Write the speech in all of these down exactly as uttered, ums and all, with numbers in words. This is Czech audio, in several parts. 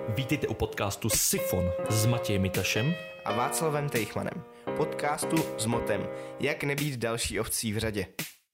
Vítejte u podcastu Sifon s Matějem Mitašem a Václavem Tejchmanem. Podcastu s motem Jak nebýt další ovcí v řadě.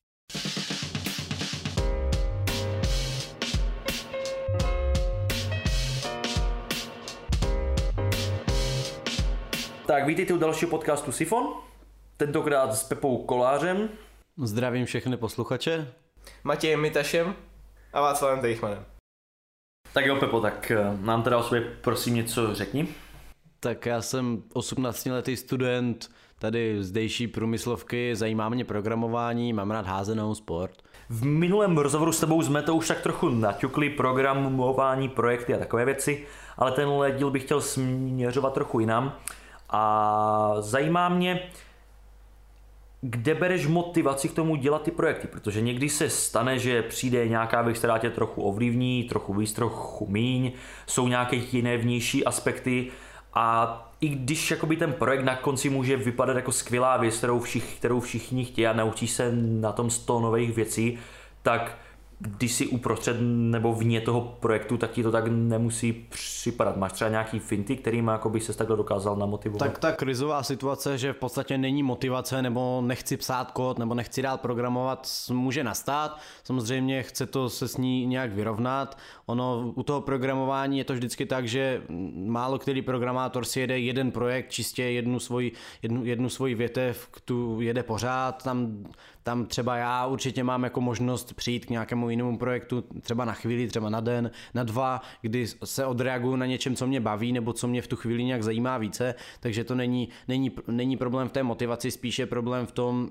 Tak vítejte u dalšího podcastu Sifon, tentokrát s Pepou Kolářem. Zdravím všechny posluchače. Matějem Mitašem a Václavem Tejchmanem. Tak jo, Pepo, tak nám teda o sobě prosím něco řekni. Tak já jsem osmnáctiletý student tady zdejší průmyslovky, zajímá mě programování, mám rád házenou, sport. V minulém rozhovoru s tebou jsme to už tak trochu naťukli, programování, projekty a takové věci, ale tenhle díl bych chtěl směřovat trochu jinam. A zajímá mě, kde bereš motivaci k tomu dělat ty projekty, protože někdy se stane, že přijde nějaká věc, která tě trochu ovlivní, trochu víc, trochu míň, jsou nějaké jiné vnější aspekty a i když jakoby ten projekt na konci může vypadat jako skvělá věc, kterou, všich, kterou všichni chtějí a naučíš se na tom sto nových věcí, tak když jsi uprostřed nebo vně toho projektu, tak ti to tak nemusí připadat. Máš třeba nějaký finty, kterým by se takhle dokázal namotivovat? Tak ta krizová situace, že v podstatě není motivace, nebo nechci psát kód, nebo nechci dál programovat, může nastat. Samozřejmě chce to se s ní nějak vyrovnat. Ono u toho programování je to vždycky tak, že málo který programátor si jede jeden projekt, čistě jednu svoji, jednu, jednu svoji větev, tu jede pořád. Tam, tam třeba já určitě mám jako možnost přijít k nějakému jinému projektu, třeba na chvíli, třeba na den, na dva, kdy se odreaguju na něčem, co mě baví, nebo co mě v tu chvíli nějak zajímá více, takže to není, není, není problém v té motivaci, spíše problém v tom,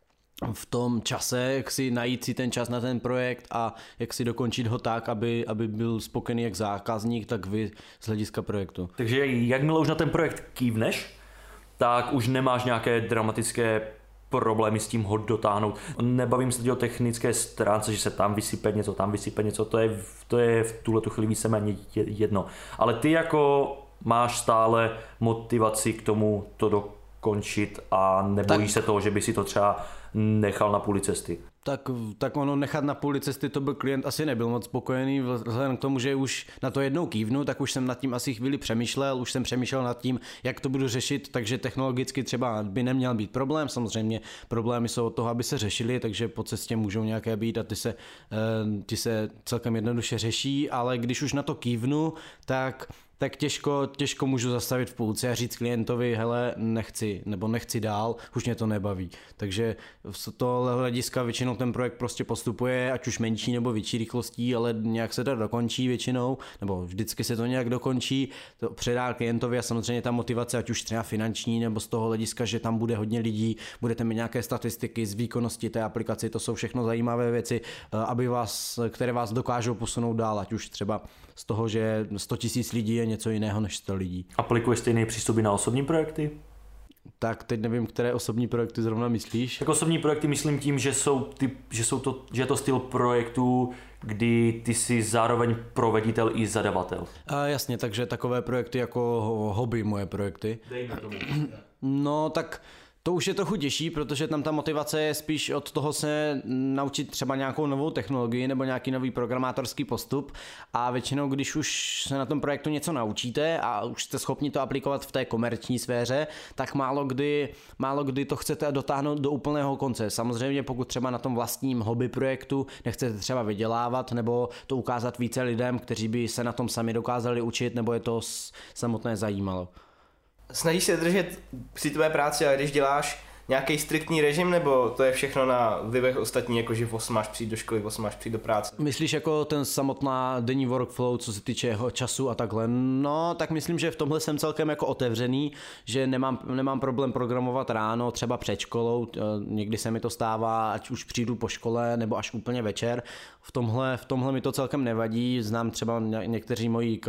v tom čase, jak si najít si ten čas na ten projekt a jak si dokončit ho tak, aby, aby byl spokojený jak zákazník, tak vy z hlediska projektu. Takže jakmile už na ten projekt kývneš, tak už nemáš nějaké dramatické problémy s tím ho dotáhnout. Nebavím se o technické stránce, že se tam vysype něco, tam vysype něco, to je, to je v tuhletu chvíli víceméně jedno. Ale ty jako máš stále motivaci k tomu to dokončit a nebojíš tak se toho, že by si to třeba nechal na půli cesty. Tak, tak ono nechat na půli cesty, to byl klient asi nebyl moc spokojený, vzhledem k tomu, že už na to jednou kývnu, tak už jsem nad tím asi chvíli přemýšlel, už jsem přemýšlel nad tím, jak to budu řešit, takže technologicky třeba by neměl být problém, samozřejmě problémy jsou od toho, aby se řešily, takže po cestě můžou nějaké být a ty se, ty se celkem jednoduše řeší, ale když už na to kývnu, tak tak těžko, těžko můžu zastavit v půlce a říct klientovi, hele, nechci, nebo nechci dál, už mě to nebaví. Takže z tohohle hlediska většinou ten projekt prostě postupuje, ať už menší nebo větší rychlostí, ale nějak se to dokončí většinou, nebo vždycky se to nějak dokončí, to předá klientovi a samozřejmě ta motivace, ať už třeba finanční, nebo z toho hlediska, že tam bude hodně lidí, budete mít nějaké statistiky z výkonnosti té aplikaci, to jsou všechno zajímavé věci, aby vás, které vás dokážou posunout dál, ať už třeba z toho, že sto tisíc lidí je něco jiného než sto lidí. Aplikuješ stejné přístupy na osobní projekty? Tak teď nevím, které osobní projekty zrovna myslíš. Tak osobní projekty myslím tím, že jsou, ty, že jsou to, že je to styl projektů, kdy ty jsi zároveň proveditel i zadavatel. A jasně, takže takové projekty jako hobby moje projekty. Dejme tomu. No tak to už je trochu těžší, protože tam ta motivace je spíš od toho se naučit třeba nějakou novou technologii nebo nějaký nový programátorský postup a většinou, když už se na tom projektu něco naučíte a už jste schopni to aplikovat v té komerční sféře, tak málo kdy, málo kdy to chcete dotáhnout do úplného konce. Samozřejmě pokud třeba na tom vlastním hobby projektu nechcete třeba vydělávat nebo to ukázat více lidem, kteří by se na tom sami dokázali učit nebo je to samotné zajímalo. Snažíš se držet při tvé práci, ale když děláš nějaký striktní režim, nebo to je všechno na vlivech ostatní, jakože v osm máš přijít do školy, v osm máš přijít do práce? Myslíš jako ten samotná denní workflow, co se týče jeho času a takhle? No, tak myslím, že v tomhle jsem celkem jako otevřený, že nemám, nemám problém programovat ráno, třeba před školou, někdy se mi to stává, ať už přijdu po škole, nebo až úplně večer. V tomhle, v tomhle mi to celkem nevadí, znám třeba někteří moji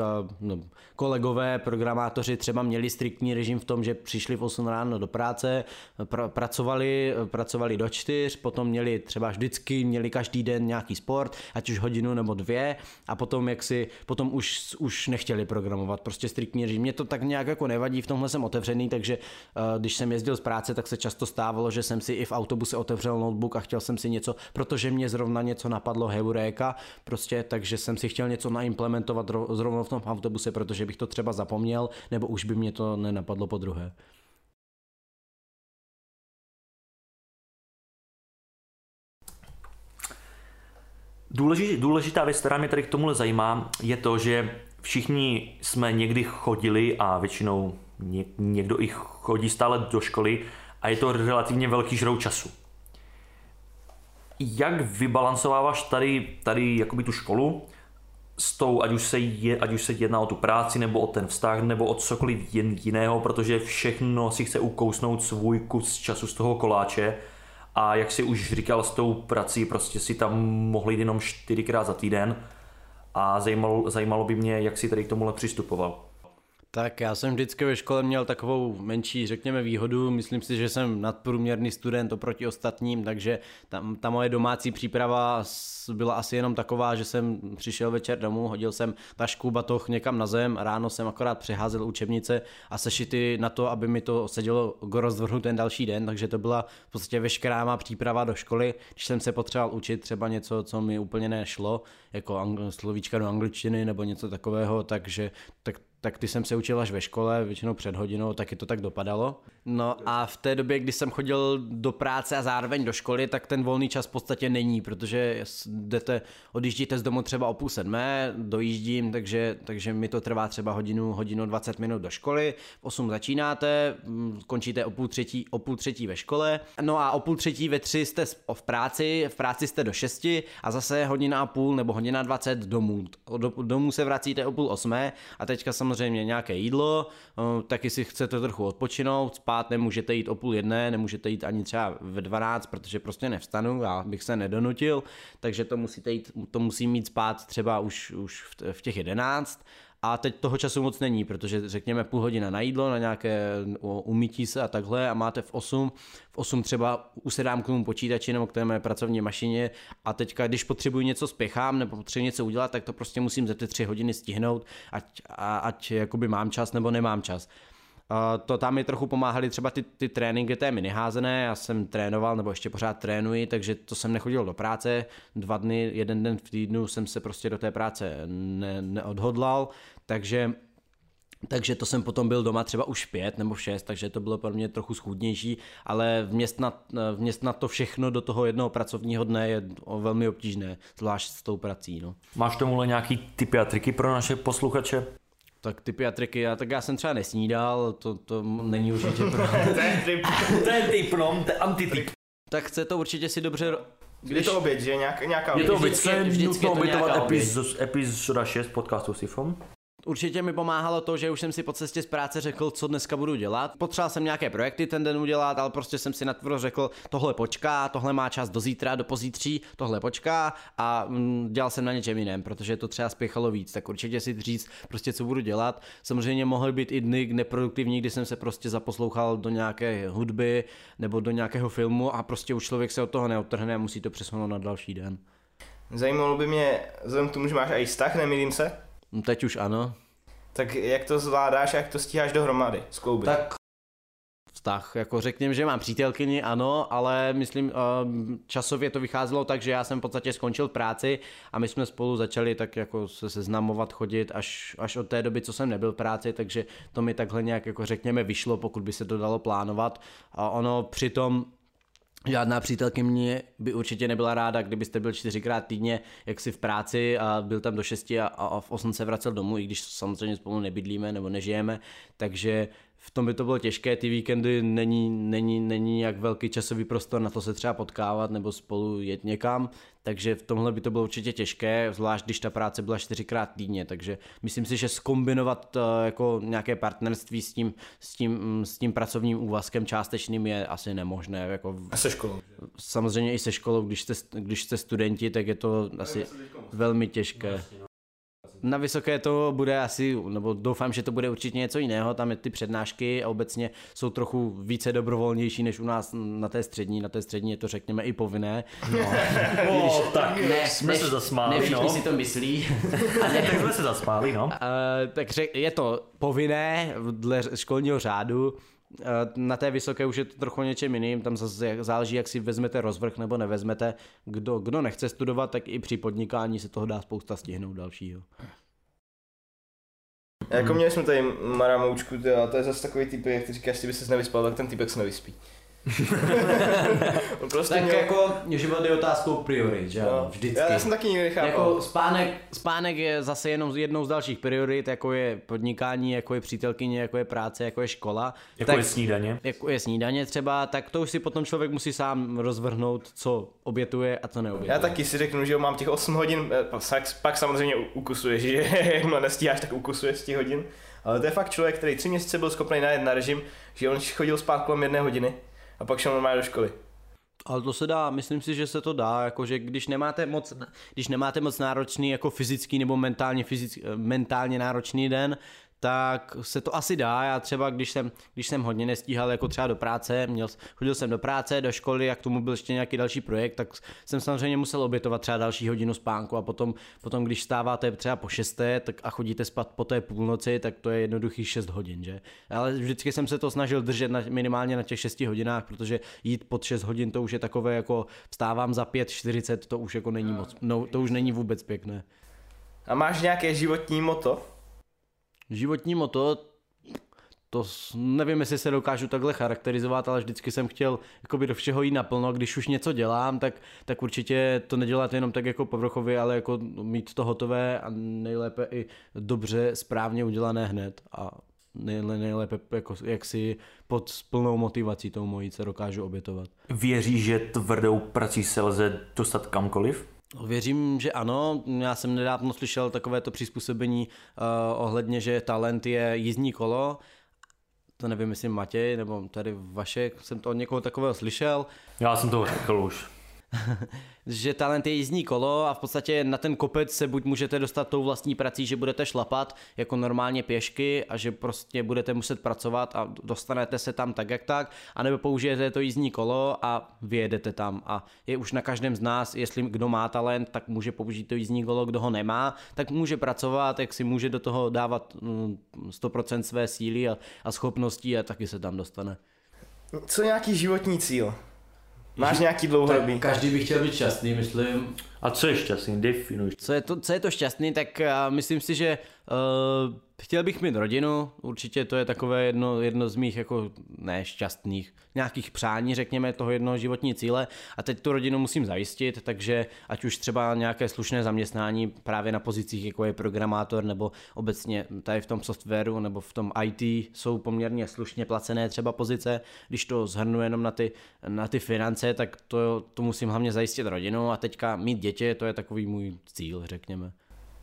kolegové, programátoři třeba měli striktní režim v tom, že přišli v osm ráno do práce, pracovali, pracovali do čtyř, potom měli třeba vždycky, měli každý den nějaký sport, ať už hodinu nebo dvě a potom jak si, potom už, už nechtěli programovat, prostě striktní režim. Mě to tak nějak jako nevadí, v tomhle jsem otevřený, takže když jsem jezdil z práce, tak se často stávalo, že jsem si i v autobuse otevřel notebook a chtěl jsem si něco, protože mě zrovna něco napadlo heuréka, prostě, takže jsem si chtěl něco naimplementovat zrovna v tom autobuse, protože bych to třeba zapomněl, nebo už by mě to nenapadlo po druhé. Důležitá věc, která mě tady k tomuhle zajímá, je to, že všichni jsme někdy chodili a většinou někdo i chodí stále do školy a je to relativně velký žrout času. Jak vybalancováváš tady, tady jakoby tu školu s tou, ať už, se je, ať už se jedná o tu práci, nebo o ten vztah, nebo o cokoliv jiného, protože všechno si chce ukousnout svůj kus času z toho koláče a jak si už říkal, s tou prací prostě si tam mohli jít jenom čtyřikrát za týden a zajímalo, zajímalo by mě, jak si tady k tomuhle přistupoval. Tak já jsem vždycky ve škole měl takovou menší, řekněme, výhodu. Myslím si, že jsem nadprůměrný student oproti ostatním, takže tam, ta moje domácí příprava byla asi jenom taková, že jsem přišel večer domů, hodil jsem tašku, batoh někam na zem, ráno jsem akorát přeházel učebnice a sešity na to, aby mi to sedělo k rozvrhu ten další den, takže to byla v podstatě veškerá má příprava do školy. Když jsem se potřeboval učit třeba něco, co mi úplně nešlo, jako angl- slovíčka do angličtiny nebo něco takového, takže tak tak ty jsem se učil až ve škole, většinou před hodinou, taky to tak dopadalo. No a v té době, kdy jsem chodil do práce a zároveň do školy, tak ten volný čas v podstatě není, protože jdete, odjíždíte z domu třeba o půl sedmé, dojíždím, takže, takže mi to trvá třeba hodinu, hodinu dvacet minut do školy, v osm začínáte, končíte o půl třetí, o půl třetí ve škole, no a o půl třetí ve tři jste v práci, v práci jste do šesti a zase hodina a půl nebo hodina dvacet domů. Do, domů se vracíte o půl osmé a teďka jsem samozřejmě nějaké jídlo, taky si chcete trochu odpočinout, spát nemůžete jít o půl jedné, nemůžete jít ani třeba ve dvanáct, protože prostě nevstanu, já bych se nedonutil, takže to musíte jít, to musím mít spát třeba už, už v těch jedenáct. A teď toho času moc není, protože řekněme půl hodina na jídlo, na nějaké umytí se a takhle a máte v osm, v osm třeba usedám k tomu počítači nebo k té mé pracovní mašině a teďka, když potřebuji něco spěchám nebo potřebuji něco udělat, tak to prostě musím za ty tři hodiny stihnout, ať, a, ať jakoby mám čas nebo nemám čas. Uh, to tam mi trochu pomáhaly třeba ty, ty tréninky té miniházené, já jsem trénoval nebo ještě pořád trénuji, takže to jsem nechodil do práce, dva dny, jeden den v týdnu jsem se prostě do té práce ne, neodhodlal, takže takže to jsem potom byl doma třeba už pět nebo šest, takže to bylo pro mě trochu schůdnější, ale vměstnat, vměstnat to všechno do toho jednoho pracovního dne je velmi obtížné, zvlášť s tou prací. No. Máš tomuhle nějaký tipy a triky pro naše posluchače? Tak typy a triky, já, tak já jsem třeba nesnídal, to, to není určitě pro... To je tip. To je tip, no, to je antitip. Tak chce to určitě si dobře... Když... Je to oběd, že? Nějak, nějaká oběd. Je to oběd, vždycky, se vždycky nutno obětovat epizoda epizoda šest podcastu Sifon. Určitě mi pomáhalo to, že už jsem si po cestě z práce řekl, co dneska budu dělat. Potřeboval jsem nějaké projekty ten den udělat, ale prostě jsem si natvrdo řekl, tohle počká, tohle má čas do zítra, do pozítří, tohle počká a mm, dělal jsem na něčem jiném, protože to třeba spěchalo víc, tak určitě si říct prostě, co budu dělat. Samozřejmě mohly být i dny neproduktivní, kdy jsem se prostě zaposlouchal do nějaké hudby nebo do nějakého filmu a prostě už člověk se od toho neodtrhne a musí to přesunout na další den. Zajímalo by mě, vzhledem k tomu, že máš i vztah, nemýlím se? No teď už ano. Tak jak to zvládáš, jak to stíháš dohromady, skloubit? Tak vztah, jako řekněme, že mám přítelkyni, ano, ale myslím, časově to vycházelo tak, že já jsem v podstatě skončil práci a my jsme spolu začali tak jako se seznamovat, chodit až, až od té doby, co jsem nebyl v práci, takže to mi takhle nějak jako řekněme vyšlo, pokud by se to dalo plánovat a ono přitom žádná přítelkyně by určitě nebyla ráda, kdybyste byl čtyřikrát týdně jaksi v práci a byl tam do šesti a, a v osm se vracel domů, i když samozřejmě spolu nebydlíme nebo nežijeme, takže v tom by to bylo těžké, ty víkendy není, není, není jak velký časový prostor na to se třeba potkávat nebo spolu jet někam, takže v tomhle by to bylo určitě těžké, zvlášť když ta práce byla čtyřikrát týdně, takže myslím si, že zkombinovat uh, jako nějaké partnerství s tím, s tím, s tím pracovním úvazkem částečným je asi nemožné. Jako a se školou? Samozřejmě i se školou, když jste, když jste studenti, tak je to asi velmi těžké. Na vysoké to bude asi, nebo doufám, že to bude určitě něco jiného, tam je ty přednášky a obecně jsou trochu více dobrovolnější než u nás na té střední, na té střední je to řekněme i povinné. No, o, tak ne, jsme ne, se zasmáli, ne, no. si to myslí. Ne, tak jsme se zasmáli, no. Uh, tak řek, je to povinné dle školního řádu, na té vysoké už je to trochu něčem jiným, tam zase záleží, jak si vezmete rozvrh nebo nevezmete. Kdo, kdo nechce studovat, tak i při podnikání se toho dá spousta stihnout dalšího. Jako měli jsme tady Maramoučku, a to je zase takový typ, jak ty říkáš, ty by ses nevyspal, tak ten typek se nevyspí. prostě tak měl... jako život je otázkou priorit, že no, vždycky. Já, já jsem taky nikdy nechápal. Jako spánek, spánek je zase jenom jednou z dalších priorit, jako je podnikání, jako je přítelkyně, jako je práce, jako je škola. Jako tak, je snídaně. Jako je snídaně třeba, tak to už si potom člověk musí sám rozvrhnout, co obětuje a co neobětuje. Já taky si řeknu, že mám těch osm hodin, pak, pak samozřejmě ukusuješ, že jakmile nestíháš, tak ukusuješ z těch hodin. Ale to je fakt člověk, který tři měsíce byl schopný najet na režim, že on chodil spát kolem jedné hodiny. A pak šel normálně do školy. Ale to se dá, myslím si, že se to dá, jakože když nemáte moc, když nemáte moc náročný jako fyzický nebo mentálně, fyzický, mentálně náročný den, tak se to asi dá. Já třeba, když jsem, když jsem hodně nestíhal jako třeba do práce, měl, chodil jsem do práce, do školy a k tomu byl ještě nějaký další projekt, tak jsem samozřejmě musel obětovat třeba další hodinu spánku a potom, potom když vstáváte třeba po šesté tak a chodíte spát po té půlnoci, tak to je jednoduchých šest hodin, že? Ale vždycky jsem se to snažil držet na, minimálně na těch šesti hodinách, protože jít pod šest hodin to už je takové jako vstávám za pět čtyřicet, to už jako není moc, no, to už není vůbec pěkné. A máš nějaké životní motto? Životní motto, to nevím, jestli se dokážu takhle charakterizovat, ale vždycky jsem chtěl jakoby do všeho jít naplno, když už něco dělám, tak, tak určitě to nedělat jenom tak jako povrchově, ale jako mít to hotové a nejlépe i dobře, správně udělané hned a nejlépe jako, jak si pod plnou motivací tou mojí se dokážu obětovat. Věříš, že tvrdou prací se lze dostat kamkoliv? Věřím, že ano. Já jsem nedávno slyšel takovéto přizpůsobení uh, ohledně, že talent je jízdní kolo. To nevím, jestli Matěj nebo tady Vašek, jsem to od někoho takového slyšel. Já jsem to řekl už. Že talent je jízdní kolo a v podstatě na ten kopec se buď můžete dostat tou vlastní prací, že budete šlapat jako normálně pěšky a že prostě budete muset pracovat a dostanete se tam tak jak tak, anebo použijete to jízdní kolo a vyjedete tam a je už na každém z nás, jestli kdo má talent, tak může použít to jízdní kolo, kdo ho nemá, tak může pracovat, jak si může do toho dávat sto procent své síly a, a schopností a taky se tam dostane. Co nějaký životní cíl? Máš nějaký dlouhodobý? Každý by chtěl být šťastný, myslím. A co je šťastný? Definuj. Co je to, co je to šťastný, tak uh, myslím si, že uh, chtěl bych mít rodinu, určitě to je takové jedno, jedno z mých jako ne šťastných, nějakých přání, řekněme, toho jednoho životní cíle a teď tu rodinu musím zajistit, takže ať už třeba nějaké slušné zaměstnání právě na pozicích, jako je programátor nebo obecně tady v tom softwaru nebo v tom í té jsou poměrně slušně placené třeba pozice, když to shrnu jenom na ty, na ty finance, tak to, to musím hlavně zajistit rodinu a teďka mít děti, to je takový můj cíl, řekněme.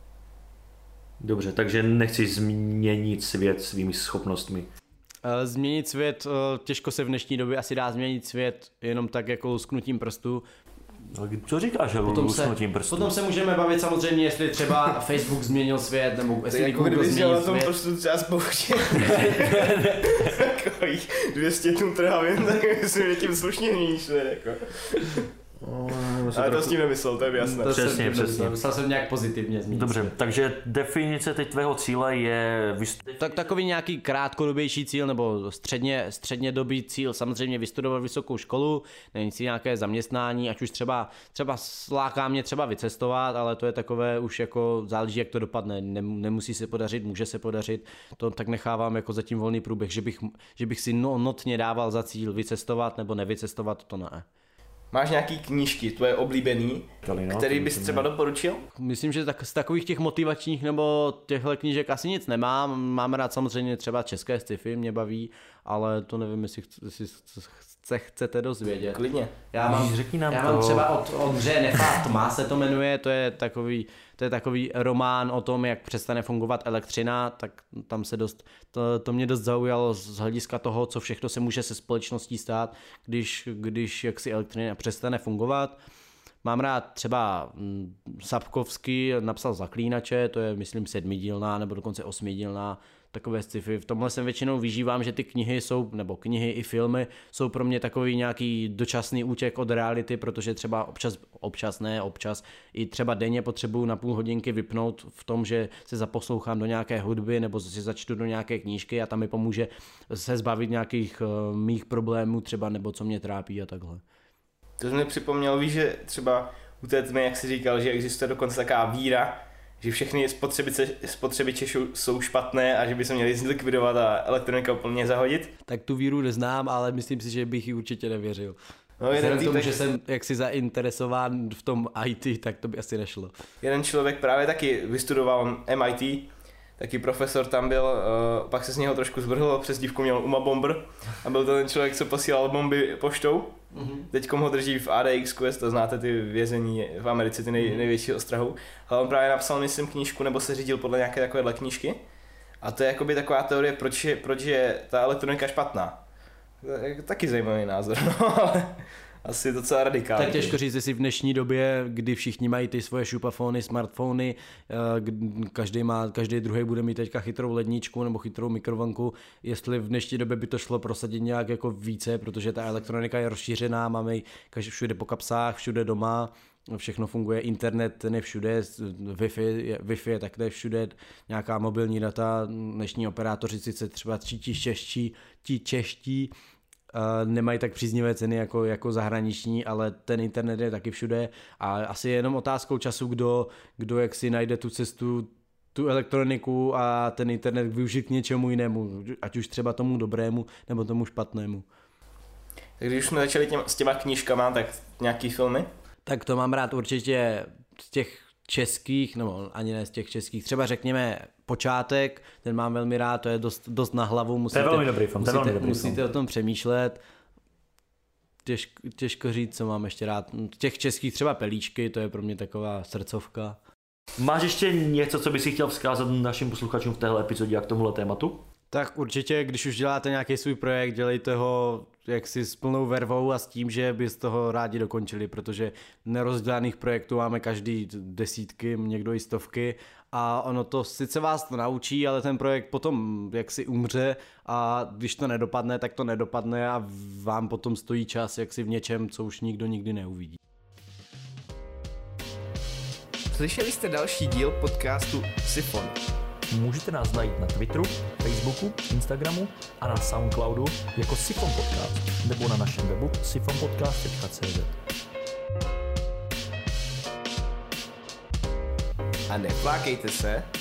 Dobře, takže nechci změnit svět svými schopnostmi. Změnit svět, těžko se v dnešní době asi dá změnit svět jenom tak jako lusknutím prstů. Co říkáš, že lusknutím prstů? Potom se můžeme bavit samozřejmě, jestli třeba Facebook změnil svět, nebo jestli jako Google změnil svět. To prostě třeba spouště takových dvě stě tun trhavin, tak myslím, že tím slušně mění svět, jako. No, ale trochu... to s tím nemyslel, to je jasné. To přesně, jsem, přesně. Myslel jsem nějak pozitivně změnit. Dobře, takže definice teď tvého cíle je... Tak takový nějaký krátkodobější cíl nebo středně, středně dobý cíl, samozřejmě vystudovat vysokou školu, nevím si nějaké zaměstnání, ať už třeba, třeba sláká mě třeba vycestovat, ale to je takové už jako záleží, jak to dopadne, nemusí se podařit, může se podařit, to tak nechávám jako zatím volný průběh, že bych, že bych si no, notně dával za cíl vycestovat nebo nevycestovat, to ne. Máš nějaký knížky, tvoje oblíbený, no, který bys třeba doporučil? Myslím, že tak, z takových těch motivačních nebo těchto knížek asi nic nemám. Mám rád samozřejmě třeba české sci-fi, mě baví, ale to nevím, jestli, jestli se chcete dozvědět. Klidně. Já mám, Řekni nám já to. mám třeba od Ondřeje Nefa Tma se to jmenuje, to je takový, to je takový román o tom, jak přestane fungovat elektřina, tak tam se dost, to, to mě dost zaujalo z hlediska toho, co všechno se může se společností stát, když, když jaksi elektřina přestane fungovat. Mám rád třeba Sapkowski, napsal Zaklínače, to je myslím sedmidílná nebo dokonce osmidílná, takové sci-fi. V tomhle jsem většinou vyžívám, že ty knihy jsou, nebo knihy i filmy, jsou pro mě takový nějaký dočasný útěk od reality, protože třeba občas, občas ne, občas i třeba denně potřebuju na půl hodinky vypnout v tom, že se zaposlouchám do nějaké hudby nebo si začtu do nějaké knížky a tam mi pomůže se zbavit nějakých uh, mých problémů třeba nebo co mě trápí a takhle. To mi připomnělo, víš, že třeba u té tmy, jak jsi říkal, že existuje dokonce taková víra, že všechny spotřebiče, spotřebiče jsou špatné a že by se měli zlikvidovat a elektronika úplně zahodit. Tak tu víru neznám, ale myslím si, že bych ji určitě nevěřil. No, jeden tomu, týpek, že jsem jaksi zainteresován v tom í té, tak to by asi nešlo. Jeden člověk právě taky vystudoval M I T, taky profesor tam byl, uh, pak se z něho trošku zvrhlo, přes dívku měl Uma Bomber a byl to ten člověk, co posílal bomby poštou. Mm-hmm. Teďkom ho drží v A D X Quest, to znáte ty vězení v Americe, ty nej, největší ostrahou. Ale on právě napsal, myslím, knížku, nebo se řídil podle nějaké takovéhle knížky. A to je jakoby taková teorie, proč je, proč je ta elektronika špatná. Taky zajímavý názor, no, ale asi docela radikální. Tak těžko říct, jestli v dnešní době, kdy všichni mají ty svoje šupafony, smartfony, každý má, každý druhý bude mít teďka chytrou ledničku nebo chytrou mikrovlnku, jestli v dnešní době by to šlo prosadit nějak jako více, protože ta elektronika je rozšířená, máme ji všude po kapsách, všude doma, všechno funguje, internet ten je všude, Wi-Fi, Wi-Fi je takhle všude, nějaká mobilní data, dnešní operátoři sice třeba ti čeští, ti čeští Uh, nemají tak příznivé ceny jako, jako zahraniční, ale ten internet je taky všude a asi je jenom otázkou času, kdo, kdo jak si najde tu cestu, tu elektroniku a ten internet využít k něčemu jinému, ať už třeba tomu dobrému nebo tomu špatnému. Tak když jsme začali těma, s těma knížkama, tak nějaký filmy? Tak to mám rád určitě z těch českých, nebo ani ne z těch českých, třeba řekněme Počátek, ten mám velmi rád, to je dost, dost na hlavu, musíte, to je velmi dobrý film, musíte, velmi dobrý musíte film. o tom přemýšlet. Těžko, těžko říct, co mám ještě rád. Těch českých třeba Pelíčky, to je pro mě taková srdcovka. Máš ještě něco, co bys si chtěl vzkázat našim posluchačům v téhle epizodě a k tomuhle tématu? Tak určitě, když už děláte nějaký svůj projekt, dělejte ho jaksi s plnou vervou a s tím, že byste toho rádi dokončili, protože nerozdělaných projektů máme každý desítky, někdo i stovky a ono to sice vás to naučí, ale ten projekt potom jaksi umře a když to nedopadne, tak to nedopadne a vám potom stojí čas jaksi v něčem, co už nikdo nikdy neuvidí. Slyšeli jste další díl podcastu Sifon. Můžete nás najít na Twitteru, Facebooku, Instagramu a na Soundcloudu jako Sifon Podcast nebo na našem webu sifonpodcast tečka cé zet. A neflákejte se,